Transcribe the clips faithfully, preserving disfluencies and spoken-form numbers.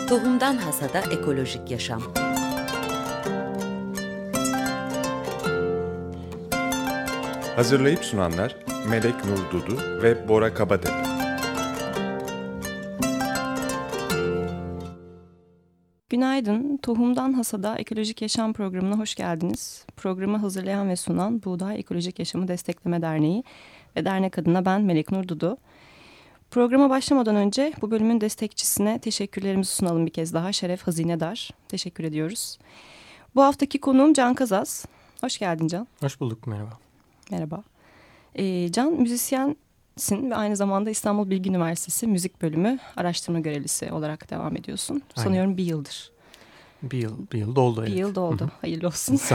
Tohumdan Hasada Ekolojik Yaşam. Hazırlayıp sunanlar Melek Nur Dudu ve Bora Kabatepe. Günaydın. Tohumdan Hasada Ekolojik Yaşam programına hoş geldiniz. Programı hazırlayan ve sunan Buğday Ekolojik Yaşamı Destekleme Derneği ve dernek adına ben Melek Nur Dudu. Programa başlamadan önce bu bölümün destekçisine teşekkürlerimizi sunalım bir kez daha. Şeref Hazinedar. Teşekkür ediyoruz. Bu haftaki konuğum Can Kazaz. Hoş geldin Can. Hoş bulduk, merhaba. Merhaba. Ee, Can müzisyensin ve aynı zamanda İstanbul Bilgi Üniversitesi Müzik Bölümü araştırma görevlisi olarak devam ediyorsun. Aynen. Sanıyorum bir yıldır. Bir yıl, bir yıl doldu. Bir evet. yıl doldu. Hı-hı. Hayırlı olsun. Sağ ol.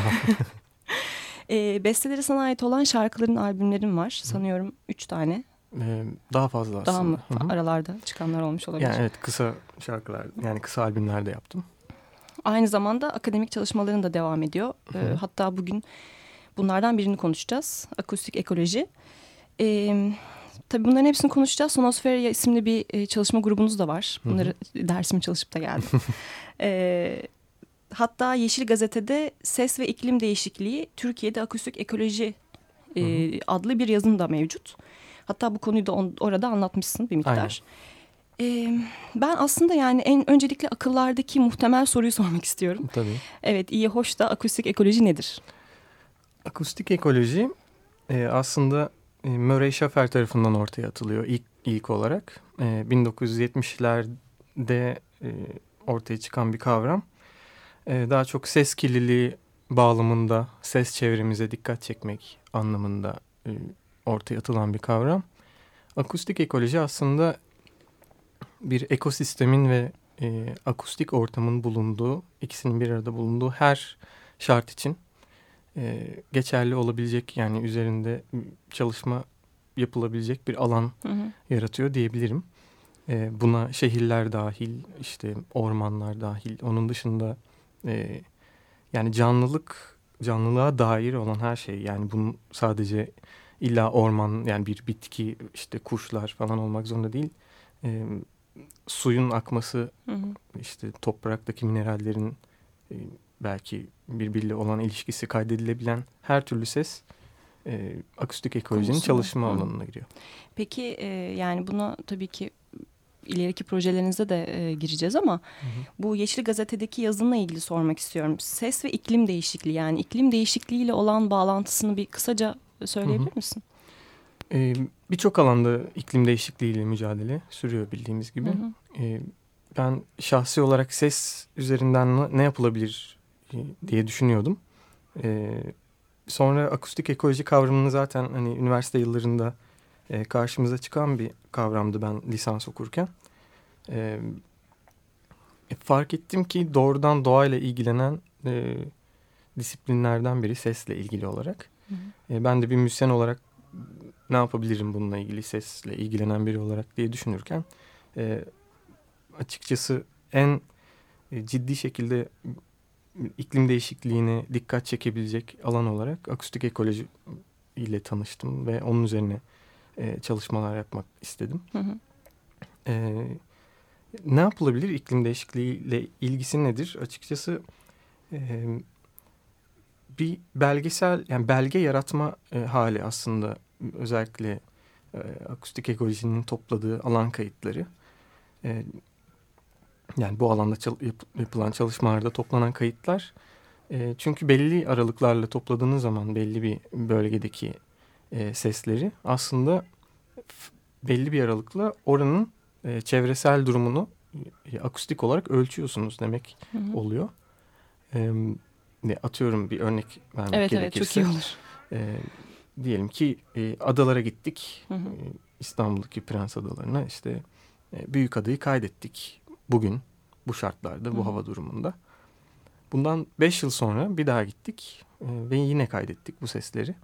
e, besteleri sana ait olan şarkıların, albümlerin var. Sanıyorum üç tane. Ee, daha fazla aslında. Daha mı Hı-hı. aralarda çıkanlar olmuş olabilir? Yani evet, kısa şarkılar, yani kısa albümler de yaptım. Aynı zamanda akademik çalışmaların da devam ediyor. Ee, hatta bugün bunlardan birini konuşacağız. Akustik ekoloji. Ee, tabii bunların hepsini konuşacağız. Sonosferia isimli bir e, çalışma grubunuz da var. Bunları Hı-hı. dersimi çalışıp da geldim. ee, hatta Yeşil Gazete'de Ses ve İklim Değişikliği Türkiye'de Akustik Ekoloji e, adlı bir yazın da mevcut. Hatta bu konuyu da on, orada anlatmışsın bir miktar. Ee, ben aslında yani en öncelikle akıllardaki muhtemel soruyu sormak istiyorum. Tabii. Evet, iyi hoş da akustik ekoloji nedir? Akustik ekoloji e, aslında e, Murray Schafer tarafından ortaya atılıyor ilk ilk olarak. E, bin dokuz yüz yetmişlerde e, ortaya çıkan bir kavram. E, daha çok ses kirliliği bağlamında ses çevremize dikkat çekmek anlamında e, ortaya atılan bir kavram. Akustik ekoloji aslında bir ekosistemin ve e, akustik ortamın bulunduğu, ikisinin bir arada bulunduğu her şart için e, geçerli olabilecek, yani üzerinde çalışma yapılabilecek bir alan hı hı. yaratıyor diyebilirim. E, buna şehirler dahil, işte ormanlar dahil, onun dışında e, yani canlılık, canlılığa dair olan her şey, yani bunun sadece illa orman, yani bir bitki, işte kuşlar falan olmak zorunda değil. E, suyun akması, hı hı. işte topraktaki minerallerin e, belki birbiriyle olan ilişkisi kaydedilebilen her türlü ses e, akustik ekolojinin Konusunda. çalışma hı. alanına giriyor. Peki e, yani buna tabii ki ileriki projelerinizde de e, gireceğiz ama hı hı. bu Yeşil Gazete'deki yazınla ilgili sormak istiyorum. Ses ve iklim değişikliği, yani iklim değişikliğiyle olan bağlantısını bir kısaca söyleyebilir hı hı. misin? Ee, Birçok alanda iklim değişikliğiyle mücadele sürüyor bildiğimiz gibi. Hı hı. Ee, ben şahsi olarak ses üzerinden ne yapılabilir diye düşünüyordum. Ee, sonra akustik ekoloji kavramını zaten hani üniversite yıllarında e, karşımıza çıkan bir kavramdı ben lisans okurken. Ee, fark ettim ki doğrudan doğayla ilgilenen e, disiplinlerden biri sesle ilgili olarak. Hı hı. E, ben de bir müzisyen olarak ne yapabilirim bununla ilgili, sesle ilgilenen biri olarak diye düşünürken e, açıkçası en e, ciddi şekilde iklim değişikliğine dikkat çekebilecek alan olarak akustik ekoloji ile tanıştım ve onun üzerine e, çalışmalar yapmak istedim. Hı hı. E, ne yapılabilir, iklim değişikliğiyle ilgisi nedir? Açıkçası e, bir belgesel, yani belge yaratma e, hali aslında. Özellikle e, akustik ekolojinin topladığı alan kayıtları. E, yani bu alanda çal- yap- yapılan çalışmalarda toplanan kayıtlar. E, çünkü belli aralıklarla topladığınız zaman belli bir bölgedeki e, sesleri aslında f- belli bir aralıkla oranın e, çevresel durumunu e, akustik olarak ölçüyorsunuz demek hı hı. oluyor. E, atıyorum bir örnek vermek evet, gerekirse. Evet, çok iyi olur. E, Diyelim ki e, adalara gittik, hı hı. E, İstanbul'daki Prens Adalarına, işte e, Büyükada'yı kaydettik bugün bu şartlarda, bu hı hı. hava durumunda. Bundan beş yıl sonra bir daha gittik e, ve yine kaydettik bu sesleri.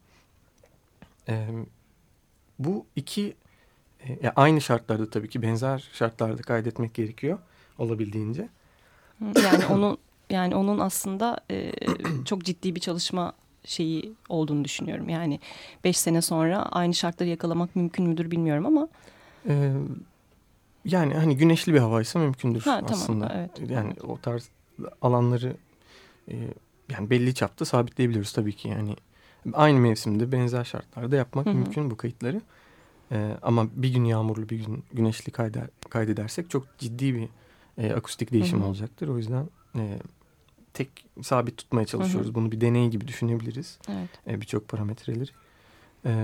E, bu iki e, aynı şartlarda, tabii ki benzer şartlarda kaydetmek gerekiyor olabildiğince. Yani onun yani onun aslında e, çok ciddi bir çalışma şeyi olduğunu düşünüyorum. Yani beş sene sonra aynı şartları yakalamak mümkün müdür bilmiyorum ama. Ee, Yani hani güneşli bir havaysa mümkündür Ha, tamam, aslında. Evet. Yani o tarz alanları e, yani belli çapta sabitleyebiliyoruz tabii ki. Yani aynı mevsimde benzer şartlarda yapmak Hı hı. mümkün bu kayıtları. E, ama bir gün yağmurlu bir gün güneşli kayder, kaydedersek çok ciddi bir e, akustik değişim Hı hı. olacaktır. O yüzden e, tek sabit tutmaya çalışıyoruz. Hı hı. Bunu bir deney gibi düşünebiliriz. Evet. E, birçok parametreleri. E,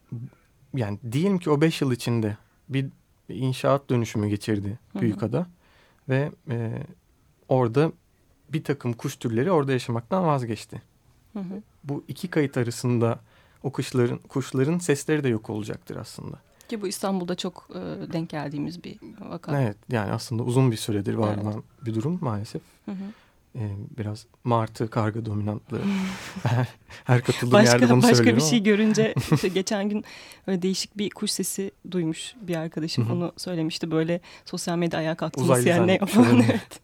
yani diyelim ki o beş yıl içinde bir inşaat dönüşümü geçirdi Büyükada ve e, orada bir takım kuş türleri orada yaşamaktan vazgeçti. Hı hı. Bu iki kayıt arasında o kuşların kuşların sesleri de yok olacaktır aslında. Ki bu İstanbul'da çok e, denk geldiğimiz bir vaka. Evet, yani aslında uzun bir süredir var Evet. olan bir durum maalesef. Hı hı. Ee, biraz martı, karga dominantlı. her, her katıldığım Başka, yerde bunu başka söylüyorum bir şey ama. görünce işte geçen gün öyle değişik bir kuş sesi duymuş bir arkadaşım. Hı hı. Onu söylemişti, böyle sosyal medya ayağa kalktı. Uzaylı Nasıl yani, ne zannetmiş yapan? olabilir. Evet.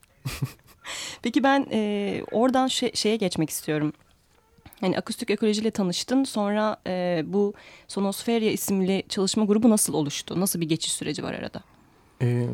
Peki ben e, oradan şey, şeye geçmek istiyorum. Hani akustik ekolojiyle tanıştın. Sonra e, bu Sonosferia isimli çalışma grubu nasıl oluştu? Nasıl bir geçiş süreci var arada? Ee,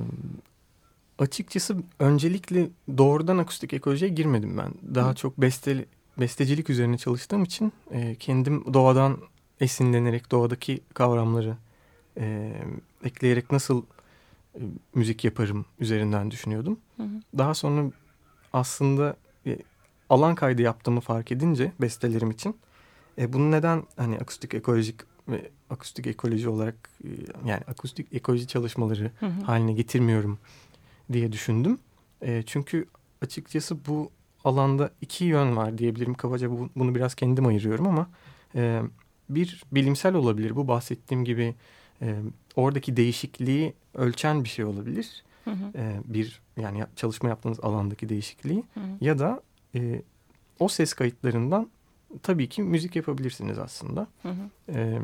açıkçası öncelikle doğrudan akustik ekolojiye girmedim ben. Daha Hı. çok beste, bestecilik üzerine çalıştığım için e, kendim doğadan esinlenerek doğadaki kavramları e, ekleyerek nasıl e, müzik yaparım üzerinden düşünüyordum. Hı hı. Daha sonra aslında e, alan kaydı yaptığımı fark edince bestelerim için e, bunu neden hani akustik ekolojik ve akustik ekoloji olarak e, yani akustik ekoloji çalışmaları Hı hı. haline getirmiyorum diye düşündüm. E, çünkü açıkçası bu alanda iki yön var diyebilirim. Kabaca bu, bunu biraz kendim ayırıyorum ama e, bir bilimsel olabilir. Bu bahsettiğim gibi e, oradaki değişikliği ölçen bir şey olabilir. Hı hı. E, bir yani çalışma yaptığınız alandaki değişikliği Hı hı. ya da e, o ses kayıtlarından tabii ki müzik yapabilirsiniz aslında. Hı hı. E,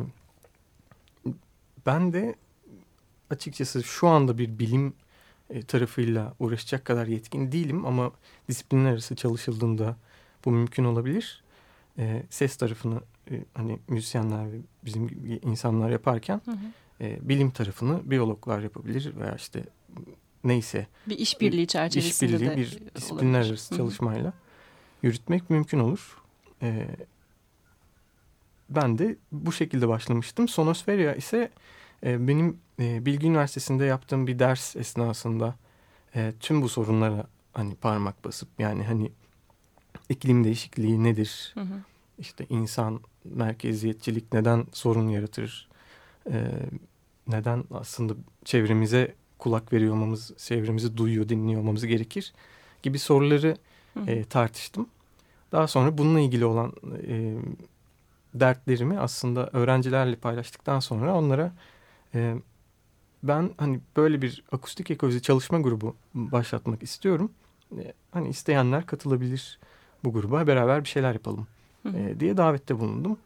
ben de açıkçası şu anda bir bilim e, tarafıyla uğraşacak kadar yetkin değilim ama disiplinler arası çalışıldığında bu mümkün olabilir. E, ses tarafını e, hani müzisyenler ve bizim gibi insanlar yaparken Hı hı. e, bilim tarafını biyologlar yapabilir veya işte neyse Bir işbirliği çerçevesinde işbirliği de bir disiplinler olabilir. arası Hı hı. çalışmayla yürütmek mümkün olur. E, ben de bu şekilde başlamıştım. Sonosferia ise e, benim e, Bilgi Üniversitesi'nde yaptığım bir ders esnasında e, tüm bu sorunlara hani parmak basıp yani hani iklim değişikliği nedir? Hı hı. İşte insan merkeziyetçilik neden sorun yaratır? E, neden aslında çevremize kulak veriyor olmamız, çevremizi duyuyor, dinliyor olmamız gerekir gibi soruları Hı hı. e, tartıştım. Daha sonra bununla ilgili olan e, dertlerimi aslında öğrencilerle paylaştıktan sonra onlara e, ben hani böyle bir akustik ekoloji çalışma grubu başlatmak istiyorum. E, hani isteyenler katılabilir bu gruba, beraber bir şeyler yapalım Hı hı. e, diye davette bulundum.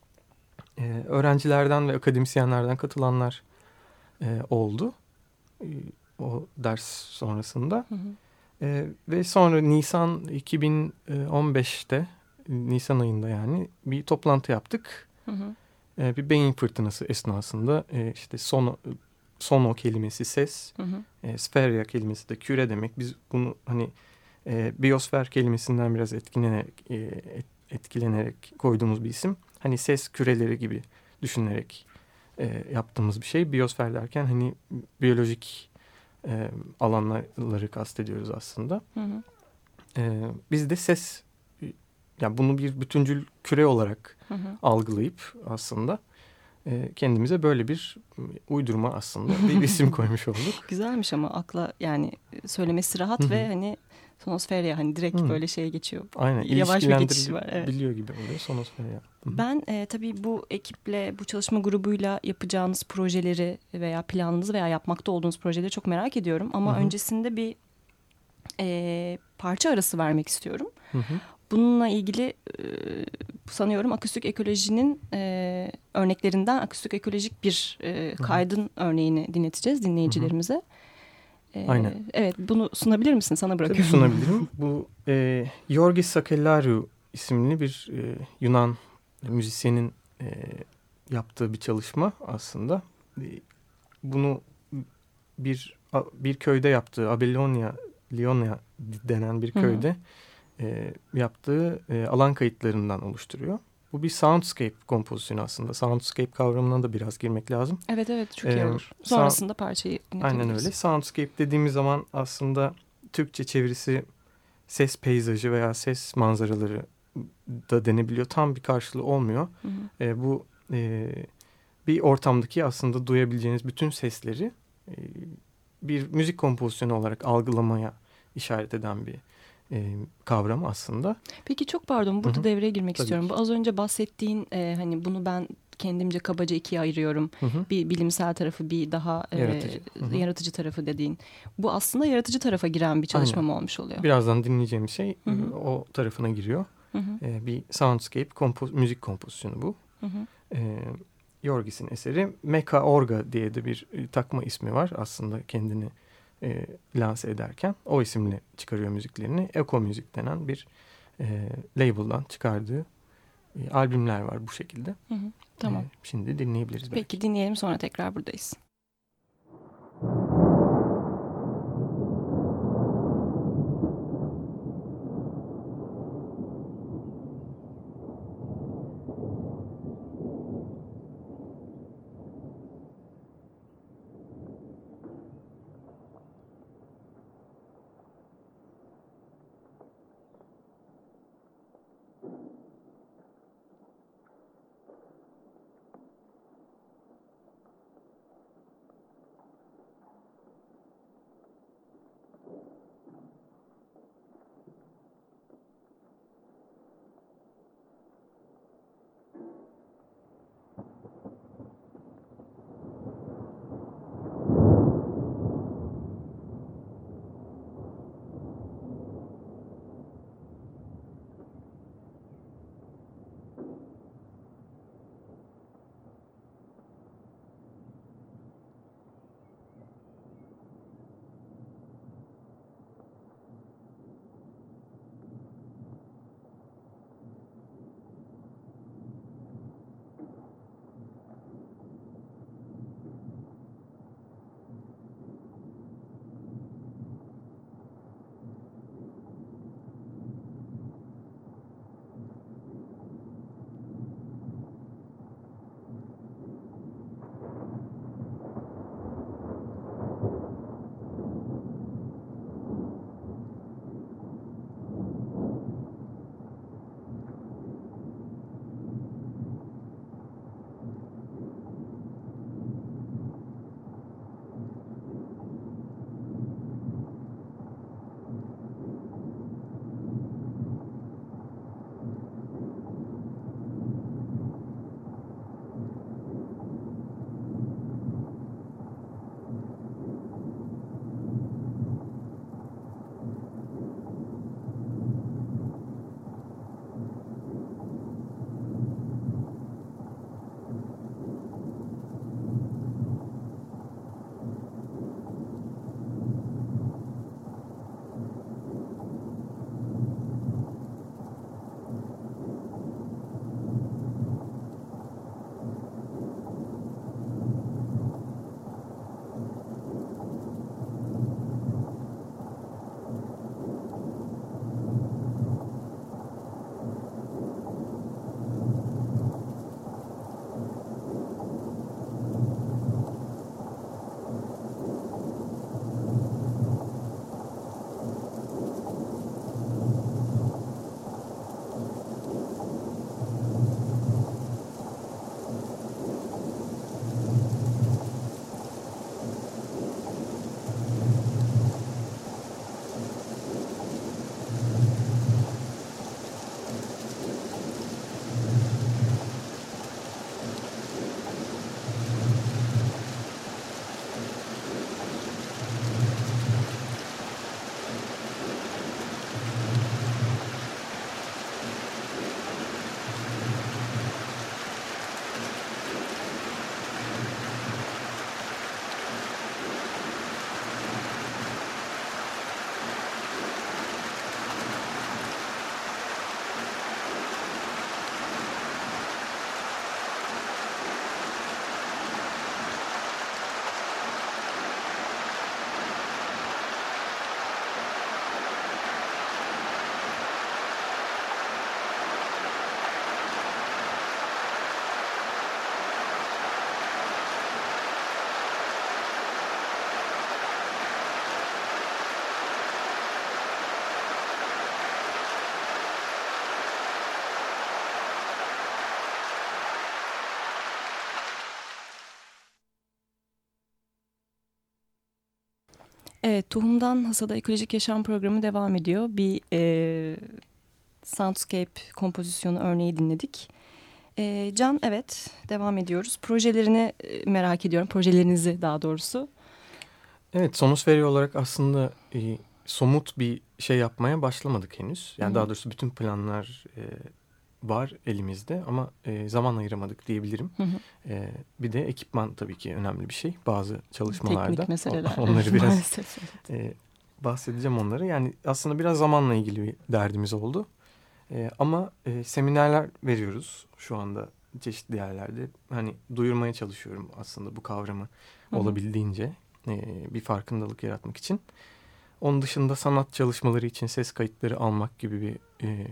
E, öğrencilerden ve akademisyenlerden katılanlar e, oldu e, o ders sonrasında. Hı hı. E, ve sonra Nisan iki bin on beşte Nisan ayında yani bir toplantı yaptık. Hı hı. E, bir beyin fırtınası esnasında e, işte sono, sono kelimesi ses, Hı hı. e, sferya kelimesi de küre demek. Biz bunu hani e, biyosfer kelimesinden biraz etkilenerek, e, et, etkilenerek koyduğumuz bir isim. Hani ses küreleri gibi düşünerek e, yaptığımız bir şey. Biyosfer derken hani biyolojik e, alanları kastediyoruz aslında. Hı hı. E, biz de ses, yani bunu bir bütüncül küre olarak Hı hı. algılayıp aslında e, kendimize böyle bir uydurma aslında bir isim koymuş olduk. Güzelmiş ama akla yani söylemesi rahat ve hani Sonosferia hani direkt Hı. böyle şeye geçiyor. Aynen, Yavaş bir geçiş var. Evet. biliyor gibi oluyor Sonosferia. Ben e, tabii bu ekiple, bu çalışma grubuyla yapacağınız projeleri veya planınızı veya yapmakta olduğunuz projeleri çok merak ediyorum. Ama Hı hı. öncesinde bir e, parça arası vermek istiyorum. Hı hı. Bununla ilgili e, sanıyorum akustik ekolojinin e, örneklerinden akustik ekolojik bir e, kaydın örneğini dinleteceğiz dinleyicilerimize. E, Aynen. Evet, bunu sunabilir misin? Sana bırakıyorum. Tabii sunabilirim. Bu e, Yorgis Sakellariou isimli bir e, Yunan müzisyenin e, yaptığı bir çalışma aslında. E, bunu bir bir köyde yaptığı, Abelonia Leonia denen bir köyde e, yaptığı e, alan kayıtlarından oluşturuyor. Bu bir soundscape kompozisyonu aslında. Soundscape kavramına da biraz girmek lazım. Evet evet çok iyi Ee, olur. Sonrasında parçayı dinletebiliriz. Aynen öyle. Soundscape dediğimiz zaman aslında Türkçe çevirisi ses peyzajı veya ses manzaraları da denebiliyor. Tam bir karşılığı olmuyor. Hı hı. E, bu e, bir ortamdaki aslında duyabileceğiniz bütün sesleri e, bir müzik kompozisyonu olarak algılamaya işaret eden bir e, kavram aslında. Peki çok pardon burada Hı-hı. devreye girmek Tabii istiyorum. ki. Bu az önce bahsettiğin e, hani bunu ben kendimce kabaca ikiye ayırıyorum. Hı-hı. Bir bilimsel tarafı, bir daha e, yaratıcı. yaratıcı tarafı dediğin. Bu aslında yaratıcı tarafa giren bir çalışma Aynen. mı olmuş oluyor? Birazdan dinleyeceğimiz şey Hı-hı. o tarafına giriyor. E, bir soundscape kompo- müzik kompozisyonu bu. E, Yorgis'in eseri. Mecha Orga diye de bir e, takma ismi var aslında kendini e, lanse ederken. O isimle çıkarıyor müziklerini. Eko Müzik denen bir e, label'dan çıkardığı e, albümler var bu şekilde. Hı hı, tamam. E, şimdi dinleyebiliriz belki. Peki dinleyelim sonra tekrar buradayız. Evet, Tohum'dan Hasada Ekolojik Yaşam Programı devam ediyor. Bir e, soundscape kompozisyonu örneği dinledik. E, Can, evet, devam ediyoruz. Projelerini e, merak ediyorum, projelerinizi daha doğrusu. Evet, Sonosferi olarak aslında e, somut bir şey yapmaya başlamadık henüz. Yani Hı-hı. daha doğrusu bütün planlar e, var elimizde ama e, zaman ayıramadık diyebilirim. E, bir de ekipman tabii ki önemli bir şey bazı çalışmalarda. Teknik meseleler. Onları biraz e, bahsedeceğim onları. Yani aslında biraz zamanla ilgili bir derdimiz oldu. E, ama e, seminerler veriyoruz şu anda çeşitli yerlerde. Hani duyurmaya çalışıyorum aslında bu kavramı Hı-hı. olabildiğince e, bir farkındalık yaratmak için. Onun dışında sanat çalışmaları için ses kayıtları almak gibi bir e,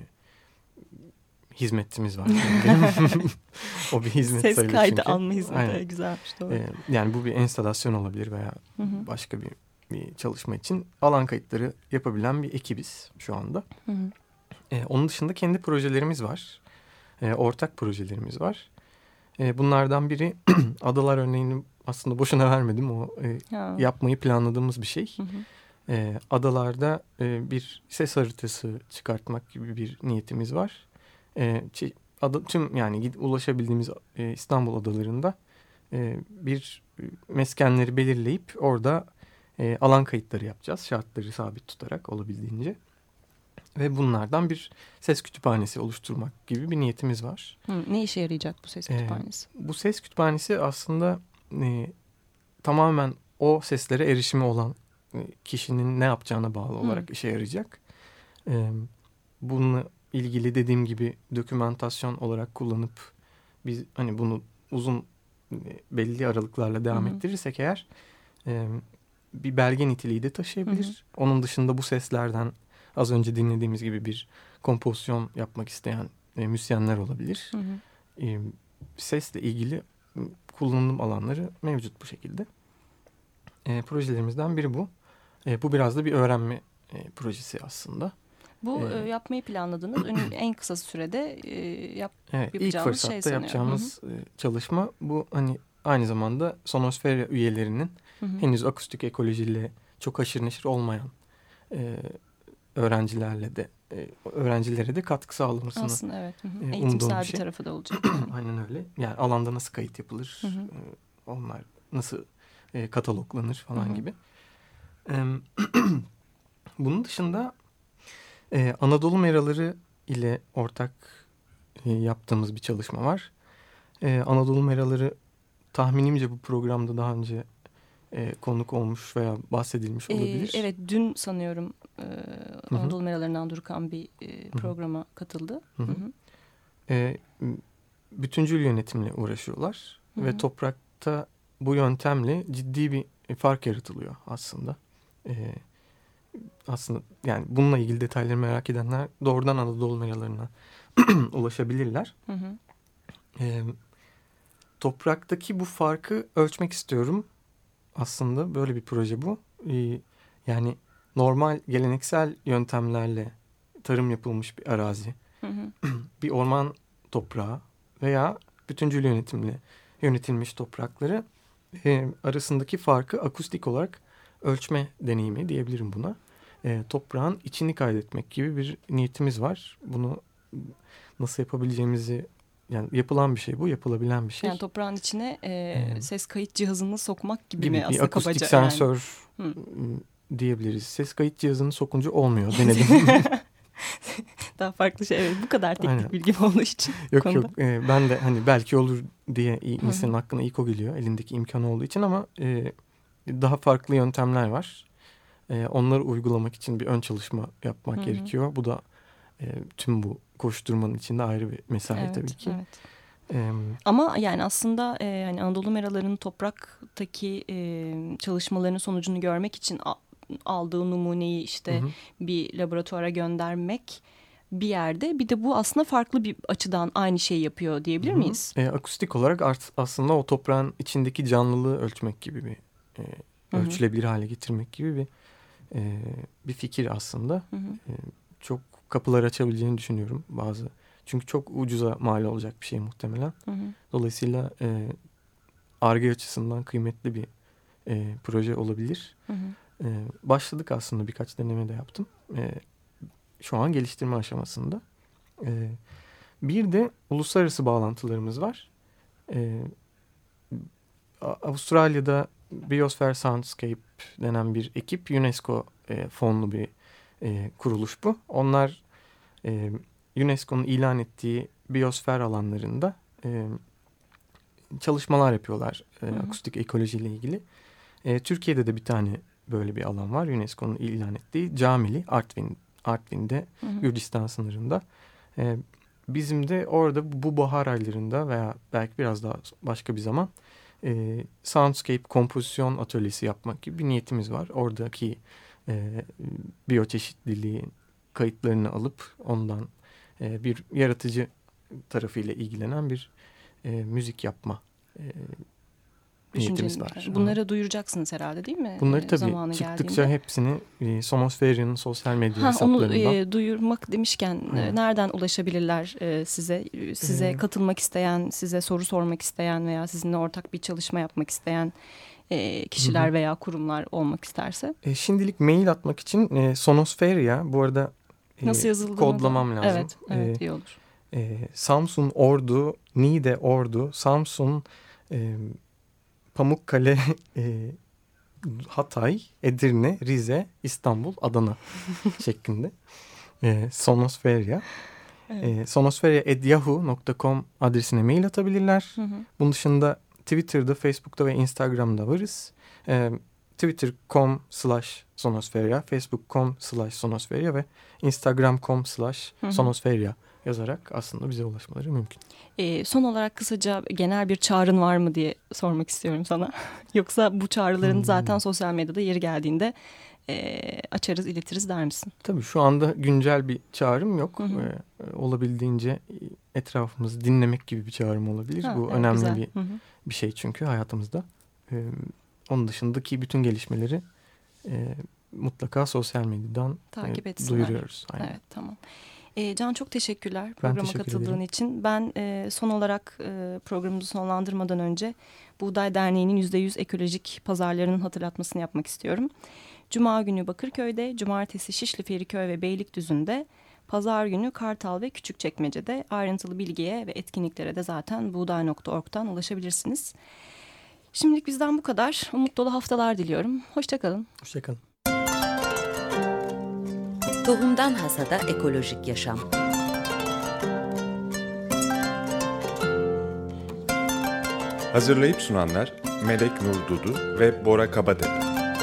hizmetimiz var. O bir hizmet ses sayılır kaydı çünkü. alma hizmeti Aynen. Güzelmiş, doğru. E, yani bu bir enstalasyon olabilir veya Hı-hı. başka bir, bir çalışma için alan kayıtları yapabilen bir ekibiz şu anda. Hı hı. Ee, onun dışında kendi projelerimiz var. Ee, ortak projelerimiz var. Ee, bunlardan biri Adalar örneğini aslında boşuna vermedim. O e, yapmayı planladığımız bir şey. Hı hı. Ee, adalarda e, bir ses haritası çıkartmak gibi bir niyetimiz var. Ee, ada, tüm yani ulaşabildiğimiz e, İstanbul adalarında e, bir meskenleri belirleyip orada e, alan kayıtları yapacağız. Şartları sabit tutarak olabildiğince. Ve bunlardan bir ses kütüphanesi oluşturmak gibi bir niyetimiz var. Hı, ne işe yarayacak bu ses kütüphanesi? Ee, bu ses kütüphanesi aslında e, tamamen o seslere erişimi olan e, kişinin ne yapacağına bağlı olarak Hı. işe yarayacak. E, bununla ilgili dediğim gibi dokümantasyon olarak kullanıp biz hani bunu uzun e, belli aralıklarla devam Hı. ettirirsek eğer e, bir belge niteliği de taşıyabilir. Hı. Onun dışında bu seslerden az önce dinlediğimiz gibi bir kompozisyon yapmak isteyen e, müzisyenler olabilir. Hı hı. E, sesle ilgili kullanım alanları mevcut bu şekilde. E, projelerimizden biri bu. E, bu biraz da bir öğrenme e, projesi aslında. Bu ee, yapmayı planladığınız en kısa sürede e, yap, evet, yapacağımız ilk fırsatta şey sanıyorum. yapacağımız hı hı. çalışma bu. Hani aynı zamanda Sonosfera üyelerinin hı hı. henüz akustik ekolojiyle çok haşır neşir olmayan e, öğrencilerle de e, öğrencilere de katkı sağlamasını aslında evet. Hı hı. E, eğitimsel bir şey. tarafı da olacak. Aynen öyle. Yani alanda nasıl kayıt yapılır, hı hı. E, onlar nasıl e, kataloglanır falan hı hı. gibi. E, bunun dışında e, Anadolu Meraları ile ortak e, yaptığımız bir çalışma var. E, Anadolu Meraları tahminimce bu programda daha önce e, konuk olmuş veya bahsedilmiş olabilir. Ee, evet, dün sanıyorum e, Anadolu Meraları'ndan Durkan bir e, programa Hı-hı. katıldı. Hı hı. E, bütüncül yönetimle uğraşıyorlar Hı-hı. ve toprakta bu yöntemle ciddi bir fark yaratılıyor aslında. E, aslında yani bununla ilgili detayları merak edenler doğrudan Anadolu Meraları'na ulaşabilirler. Hı hı. E, topraktaki bu farkı ölçmek istiyorum. Aslında böyle bir proje bu. Ee, yani normal geleneksel yöntemlerle tarım yapılmış bir arazi, hı hı. bir orman toprağı veya bütüncül yönetimle yönetilmiş toprakları e, arasındaki farkı akustik olarak ölçme deneyimi diyebilirim buna. E, toprağın içini kaydetmek gibi bir niyetimiz var. Bunu nasıl yapabileceğimizi yani yapılan bir şey bu, yapılabilen bir şey. Yani toprağın içine e, ee, ses kayıt cihazını sokmak gibi, gibi mi aslında kabaca? Akustik sensör yani. diyebiliriz. Ses kayıt cihazını sokunca olmuyor. Denedim. Daha farklı şey. Evet, bu kadar teknik Aynen. bilgim olduğu için. Yok konuda. yok. E, ben de hani belki olur diye insanın aklına ilk o geliyor. Elindeki imkanı olduğu için ama e, daha farklı yöntemler var. E, onları uygulamak için bir ön çalışma yapmak Hı-hı. gerekiyor. Bu da e, tüm bu koşturmanın içinde ayrı bir mesai evet, tabii ki. Evet. Ee, Ama yani aslında e, yani Anadolu Meraları'nın topraktaki e, çalışmalarının sonucunu görmek için a, aldığı numuneyi işte hı hı. bir laboratuvara göndermek bir yerde, bir de bu aslında farklı bir açıdan aynı şeyi yapıyor diyebilir hı hı. miyiz? E, akustik olarak art, aslında o toprağın içindeki canlılığı ölçmek gibi bir e, ölçülebilir hale getirmek gibi bir e, bir fikir aslında. Hı hı. E, çok kapılar açabileceğini düşünüyorum bazı. Çünkü çok ucuza mal olacak bir şey muhtemelen. Hı hı. Dolayısıyla Ar-Ge e, açısından kıymetli bir e, proje olabilir. Hı hı. E, başladık aslında, birkaç deneme de yaptım. E, şu an geliştirme aşamasında. E, bir de uluslararası bağlantılarımız var. E, Avustralya'da Biosphere Soundscape denen bir ekip, UNESCO e, fonlu bir e, kuruluş bu. Onlar e, UNESCO'nun ilan ettiği biyosfer alanlarında e, çalışmalar yapıyorlar e, akustik ekolojiyle ilgili. E, Türkiye'de de bir tane böyle bir alan var, UNESCO'nun ilan ettiği Camili, Artvin, Artvin'de, hı hı. Gürcistan sınırında. E, bizim de orada bu bahar aylarında veya belki biraz daha başka bir zaman e, soundscape kompozisyon atölyesi yapmak gibi bir niyetimiz var. Oradaki e, biyoçeşitliliği kayıtlarını alıp ondan e, bir yaratıcı tarafıyla ilgilenen bir e, müzik yapma e, niyetimiz var. Bunları ha. duyuracaksınız herhalde, değil mi? Bunları tabii Zamanı çıktıkça geldiğinde. Hepsini e, Sonosferia'nın sosyal medya ha, hesaplarından. Onu e, duyurmak demişken e, nereden ulaşabilirler e, size? Size ee, katılmak isteyen, size soru sormak isteyen veya sizinle ortak bir çalışma yapmak isteyen e, kişiler hı. veya kurumlar olmak isterse? E, şimdilik mail atmak için e, Sonosferia, bu arada e, nasıl yazıldığını kodlamam da lazım. Evet, evet e, iyi olur. E, Samsun, Ordu, Niğde, Ordu, Samsun, e, Pamukkale, e, Hatay, Edirne, Rize, İstanbul, Adana şeklinde. E, Sonosferia. Evet. E, sonosferia at yahoo nokta com adresine mail atabilirler. Hı hı. Bunun dışında Twitter'da, Facebook'ta ve Instagram'da varız. E, Twitter nokta com slash sonosferia, Facebook nokta com slash sonosferia ve Instagram nokta com slash sonosferia yazarak aslında bize ulaşmaları mümkün. E, son olarak kısaca genel bir çağrın var mı diye sormak istiyorum sana. Yoksa bu çağrıların hmm. zaten sosyal medyada yeri geldiğinde e, açarız, iletiriz der misin? Tabii şu anda güncel bir çağrım yok. Hı hı. E, olabildiğince etrafımızı dinlemek gibi bir çağrım olabilir. Ha, bu evet, önemli güzel. bir hı hı. bir şey çünkü hayatımızda. E, onun dışındaki bütün gelişmeleri e, mutlaka sosyal medyadan takip e, duyuruyoruz. Aynen. Evet, tamam. E, Can, çok teşekkürler programa teşekkür katıldığın ederim. için. Ben e, son olarak e, programımızı sonlandırmadan önce Buğday Derneği'nin yüzde yüz ekolojik pazarlarının hatırlatmasını yapmak istiyorum. Cuma günü Bakırköy'de, cumartesi Şişli Feriköy ve Beylikdüzü'nde, pazar günü Kartal ve Küçükçekmece'de. Ayrıntılı bilgiye ve etkinliklere de zaten buğday nokta org'dan ulaşabilirsiniz. Şimdilik bizden bu kadar. Umut dolu haftalar diliyorum. Hoşçakalın. Hoşçakalın. Tohumdan Hasada Ekolojik Yaşam. Hazırlayıp sunanlar Melek Nur Dudu ve Bora Kabatepe.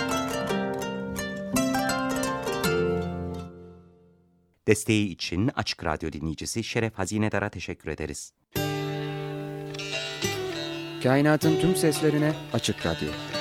Desteği için Açık Radyo dinleyicisi Şeref Hazinedar'a teşekkür ederiz. Kainatın tüm seslerine Açık Radyo.